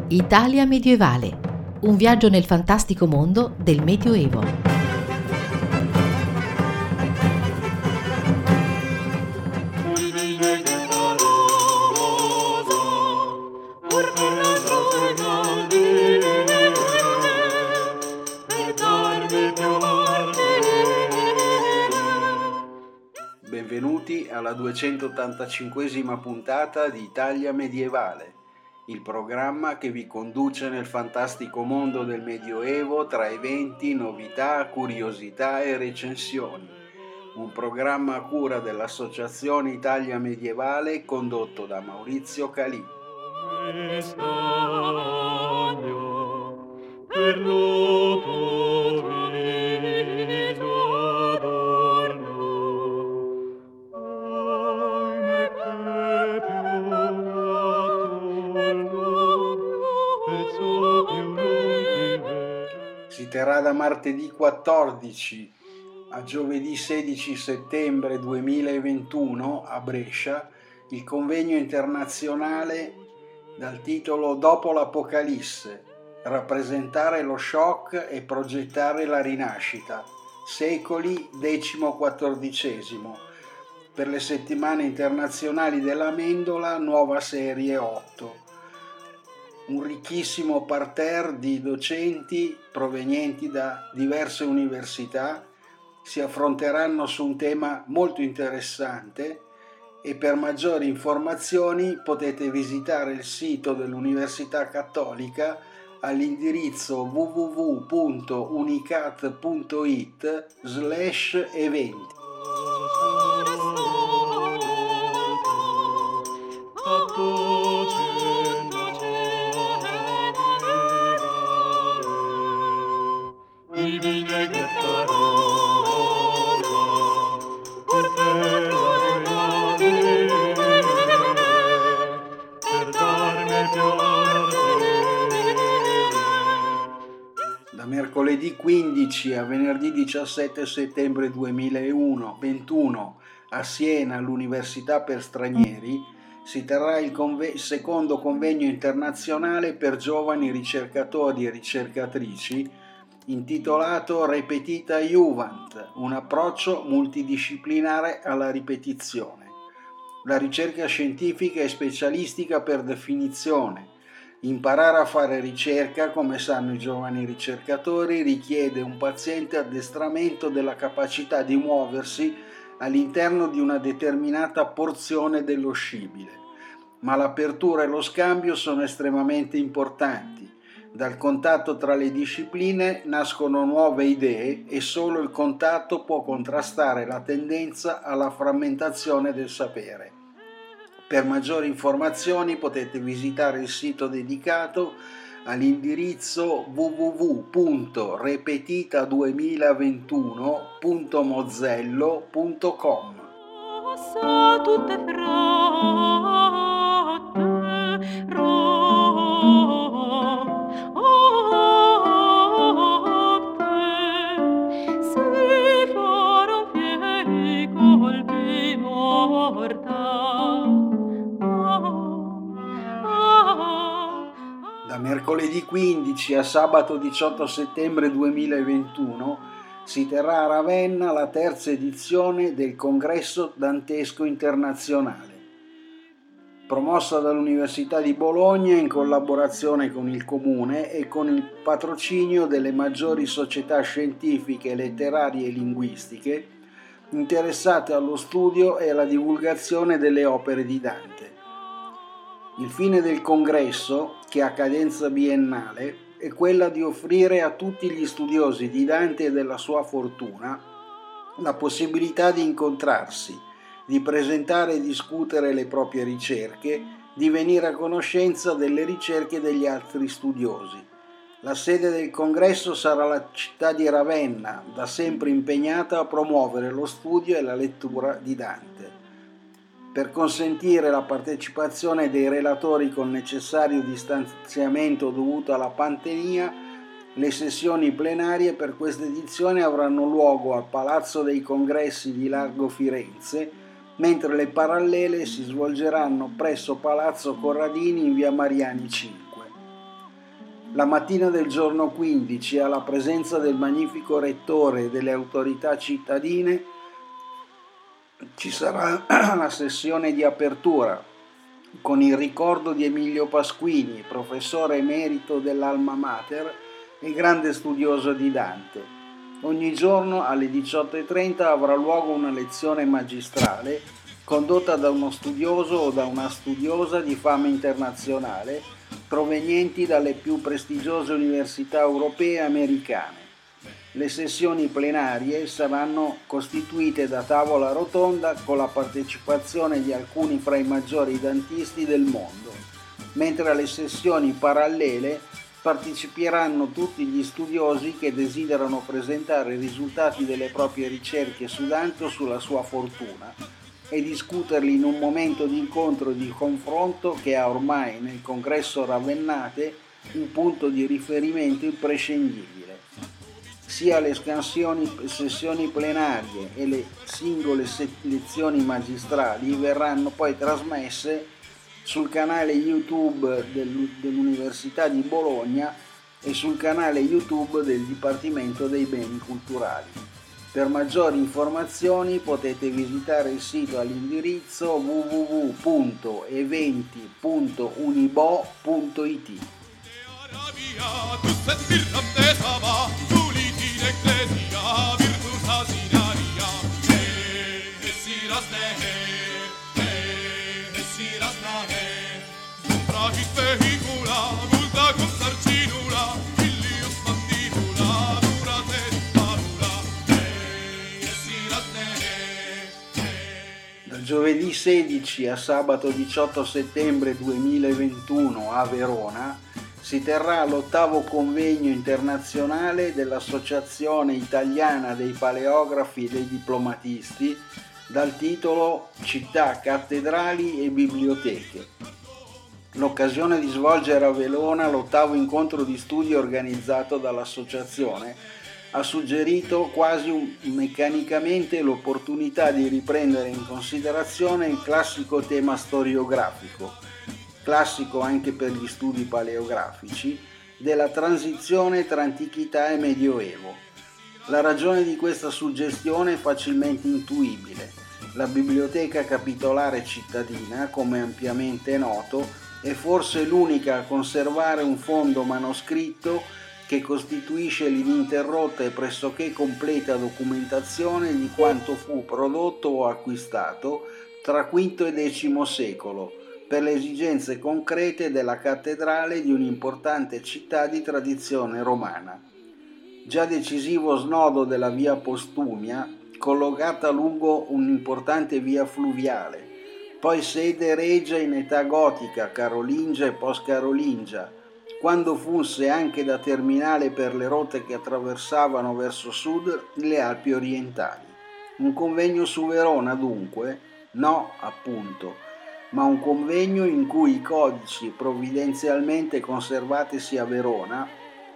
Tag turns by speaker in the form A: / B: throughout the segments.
A: Italia medievale. Un viaggio nel fantastico mondo del Medioevo.
B: Benvenuti alla 285esima puntata di Italia medievale, il programma che vi conduce nel fantastico mondo del Medioevo tra eventi, novità, curiosità e recensioni. Un programma a cura dell'Associazione Italia Medievale condotto da Maurizio Calì. Si terrà da martedì 14 a giovedì 16 settembre 2021 a Brescia il convegno internazionale dal titolo Dopo l'Apocalisse, rappresentare lo shock e progettare la rinascita, secoli X-XIV, per le settimane internazionali della Mendola, nuova serie 8. Un ricchissimo parterre di docenti provenienti da diverse università si affronteranno su un tema molto interessante e per maggiori informazioni potete visitare il sito dell'Università Cattolica all'indirizzo www.unicat.it/eventi. Da mercoledì 15 a venerdì 17 settembre 2021 a Siena all'Università per Stranieri si terrà il secondo convegno internazionale per giovani ricercatori e ricercatrici intitolato Repetita Juvent, un approccio multidisciplinare alla ripetizione. La ricerca scientifica e specialistica per definizione. Imparare a fare ricerca, come sanno i giovani ricercatori, richiede un paziente addestramento della capacità di muoversi all'interno di una determinata porzione dello scibile. Ma l'apertura e lo scambio sono estremamente importanti. Dal contatto tra le discipline nascono nuove idee e solo il contatto può contrastare la tendenza alla frammentazione del sapere. Per maggiori informazioni potete visitare il sito dedicato all'indirizzo www.repetita2021.mozello.com. Da mercoledì 15 a sabato 18 settembre 2021 si terrà a Ravenna la terza edizione del Congresso Dantesco Internazionale, promossa dall'Università di Bologna in collaborazione con il Comune e con il patrocinio delle maggiori società scientifiche, letterarie e linguistiche interessate allo studio e alla divulgazione delle opere di Dante. Il fine del congresso, che ha cadenza biennale, è quella di offrire a tutti gli studiosi di Dante e della sua fortuna la possibilità di incontrarsi, di presentare e discutere le proprie ricerche, di venire a conoscenza delle ricerche degli altri studiosi. La sede del congresso sarà la città di Ravenna, da sempre impegnata a promuovere lo studio e la lettura di Dante. Per consentire la partecipazione dei relatori con necessario distanziamento dovuto alla pandemia, le sessioni plenarie per questa edizione avranno luogo al Palazzo dei Congressi di Largo Firenze, mentre le parallele si svolgeranno presso Palazzo Corradini in via Mariani 5. La mattina del giorno 15, alla presenza del magnifico rettore e delle autorità cittadine, ci sarà la sessione di apertura con il ricordo di Emilio Pasquini, professore emerito dell'Alma Mater e grande studioso di Dante. Ogni giorno alle 18:30 avrà luogo una lezione magistrale condotta da uno studioso o da una studiosa di fama internazionale provenienti dalle più prestigiose università europee e americane. Le sessioni plenarie saranno costituite da tavola rotonda con la partecipazione di alcuni fra i maggiori dantisti del mondo, mentre alle sessioni parallele parteciperanno tutti gli studiosi che desiderano presentare i risultati delle proprie ricerche su Dante o sulla sua fortuna e discuterli in un momento di incontro e di confronto che ha ormai nel congresso Ravennate un punto di riferimento imprescindibile. Sia le sessioni plenarie e le singole lezioni magistrali verranno poi trasmesse sul canale YouTube dell'Università di Bologna e sul canale YouTube del Dipartimento dei Beni Culturali. Per maggiori informazioni potete visitare il sito all'indirizzo www.eventi.unibo.it. Dal giovedì 16 a sabato 18 settembre 2021 a Verona si terrà l'8º convegno internazionale dell'Associazione Italiana dei Paleografi e dei Diplomatisti dal titolo Città, cattedrali e biblioteche. L'occasione di svolgere a Verona l'8º incontro di studio organizzato dall'associazione ha suggerito quasi meccanicamente l'opportunità di riprendere in considerazione il classico tema storiografico, classico anche per gli studi paleografici, della transizione tra antichità e medioevo. La ragione di questa suggestione è facilmente intuibile. La biblioteca capitolare cittadina, come ampiamente noto, è forse l'unica a conservare un fondo manoscritto che costituisce l'ininterrotta e pressoché completa documentazione di quanto fu prodotto o acquistato tra V e X secolo per le esigenze concrete della cattedrale di un'importante città di tradizione romana. Già decisivo snodo della via Postumia, collocata lungo un'importante via fluviale, poi sede regia in età gotica, carolingia e post-carolingia, quando funse anche da terminale per le rotte che attraversavano verso sud le Alpi orientali. Un convegno su Verona dunque? No, appunto, ma un convegno in cui i codici provvidenzialmente conservatisi a Verona,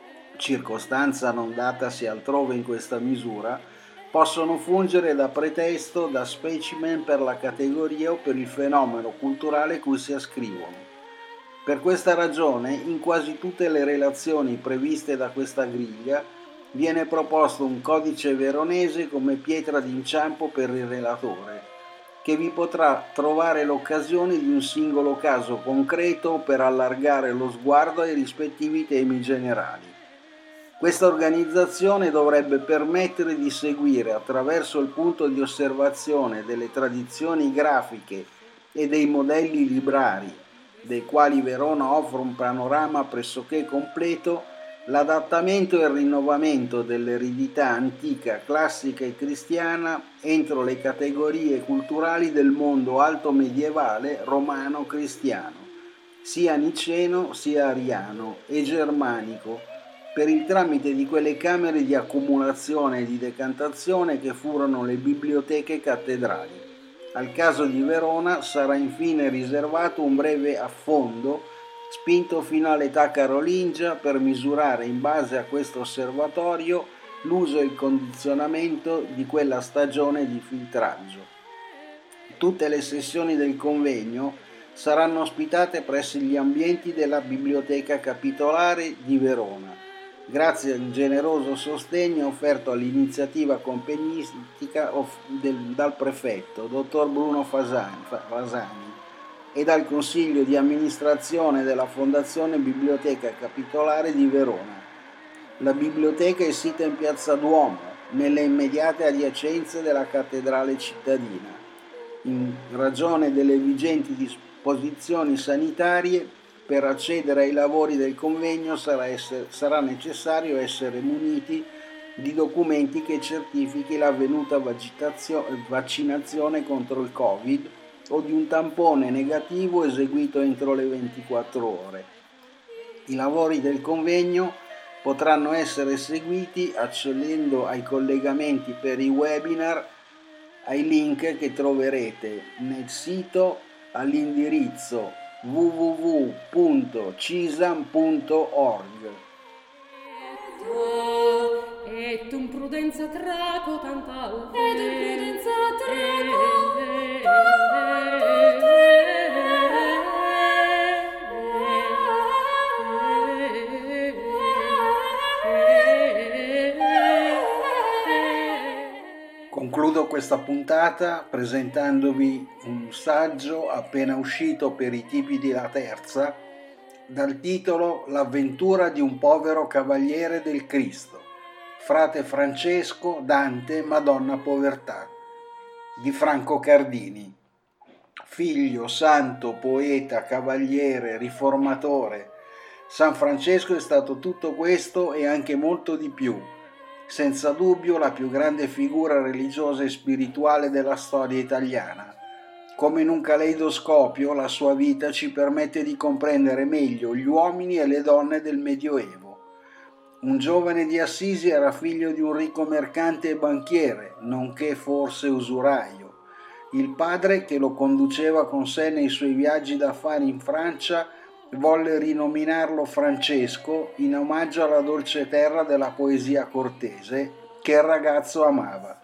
B: circostanza non datasi altrove in questa misura, possono fungere da pretesto, da specimen per la categoria o per il fenomeno culturale cui si ascrivono. Per questa ragione, in quasi tutte le relazioni previste da questa griglia, viene proposto un codice veronese come pietra d'inciampo per il relatore, che vi potrà trovare l'occasione di un singolo caso concreto per allargare lo sguardo ai rispettivi temi generali. Questa organizzazione dovrebbe permettere di seguire attraverso il punto di osservazione delle tradizioni grafiche e dei modelli librari, dei quali Verona offre un panorama pressoché completo, l'adattamento e il rinnovamento dell'eredità antica, classica e cristiana entro le categorie culturali del mondo alto medievale romano-cristiano, sia niceno sia ariano e germanico, per il tramite di quelle camere di accumulazione e di decantazione che furono le biblioteche cattedrali. Al caso di Verona sarà infine riservato un breve affondo, spinto fino all'età carolingia, per misurare in base a questo osservatorio l'uso e il condizionamento di quella stagione di filtraggio. Tutte le sessioni del convegno saranno ospitate presso gli ambienti della Biblioteca Capitolare di Verona, grazie al generoso sostegno offerto all'iniziativa convegnistica dal prefetto, dottor Bruno Fasani, e dal Consiglio di amministrazione della Fondazione Biblioteca Capitolare di Verona. La biblioteca è sita in Piazza Duomo, nelle immediate adiacenze della Cattedrale cittadina. In ragione delle vigenti disposizioni sanitarie, per accedere ai lavori del convegno sarà necessario essere muniti di documenti che certifichi l'avvenuta vaccinazione contro il Covid o di un tampone negativo eseguito entro le 24 ore. I lavori del convegno potranno essere seguiti accedendo ai collegamenti per i webinar ai link che troverete nel sito all'indirizzo www.cisam.org.
C: Et un prudenza traco tanta
B: Concludo questa puntata presentandovi un saggio appena uscito per i tipi di La Terza dal titolo L'avventura di un povero cavaliere del Cristo, frate Francesco, Dante, Madonna Povertà, di Franco Cardini. Figlio, santo, poeta, cavaliere, riformatore, San Francesco è stato tutto questo e anche molto di più. Senza dubbio la più grande figura religiosa e spirituale della storia italiana. Come in un caleidoscopio, la sua vita ci permette di comprendere meglio gli uomini e le donne del Medioevo. Un giovane di Assisi era figlio di un ricco mercante e banchiere, nonché forse usuraio. Il padre, che lo conduceva con sé nei suoi viaggi d'affari in Francia, volle rinominarlo Francesco in omaggio alla dolce terra della poesia cortese che il ragazzo amava.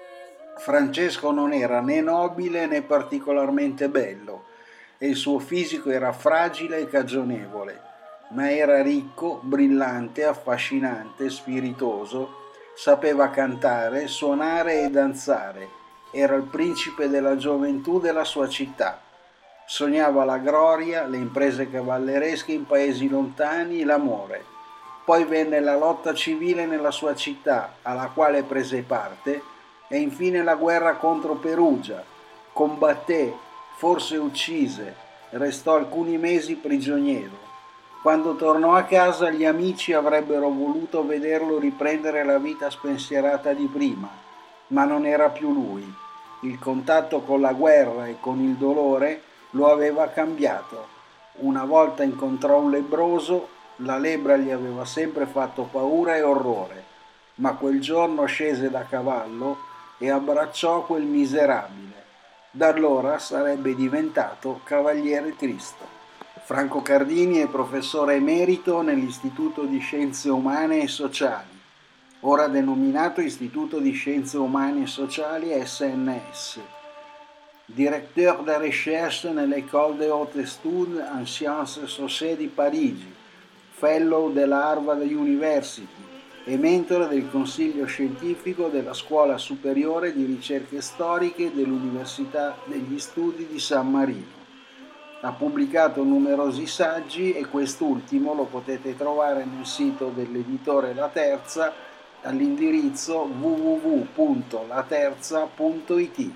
B: Francesco non era né nobile né particolarmente bello e il suo fisico era fragile e cagionevole, ma era ricco, brillante, affascinante, spiritoso, sapeva cantare, suonare e danzare, era il principe della gioventù della sua città. Sognava la gloria, le imprese cavalleresche in paesi lontani, l'amore. Poi venne la lotta civile nella sua città, alla quale prese parte, e infine la guerra contro Perugia. Combatté, forse uccise, restò alcuni mesi prigioniero. Quando tornò a casa gli amici avrebbero voluto vederlo riprendere la vita spensierata di prima, ma non era più lui. Il contatto con la guerra e con il dolore lo aveva cambiato. Una volta incontrò un lebbroso, la lebbra gli aveva sempre fatto paura e orrore, ma quel giorno scese da cavallo e abbracciò quel miserabile. Da allora sarebbe diventato Cavaliere Cristo. Franco Cardini è professore emerito nell'Istituto di Scienze Umane e Sociali, ora denominato Istituto di Scienze Umane e Sociali SNS. Directeur de recherche nell'École des Hautes Études en Sciences Sociales di Parigi, Fellow della Harvard University e mentore del Consiglio Scientifico della Scuola Superiore di Ricerche Storiche dell'Università degli Studi di San Marino. Ha pubblicato numerosi saggi e quest'ultimo lo potete trovare nel sito dell'editore La Terza all'indirizzo www.laterza.it.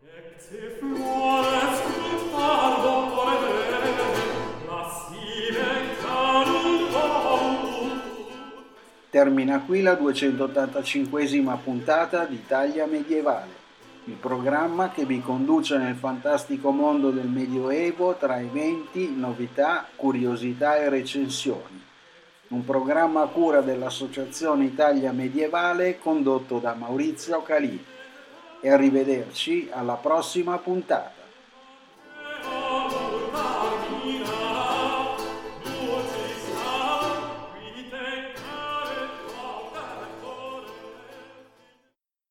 B: Termina qui la 285esima puntata di Italia Medievale, il programma che vi conduce nel fantastico mondo del Medioevo tra eventi, novità, curiosità e recensioni. Un programma a cura dell'Associazione Italia Medievale condotto da Maurizio Calì. E arrivederci alla prossima puntata.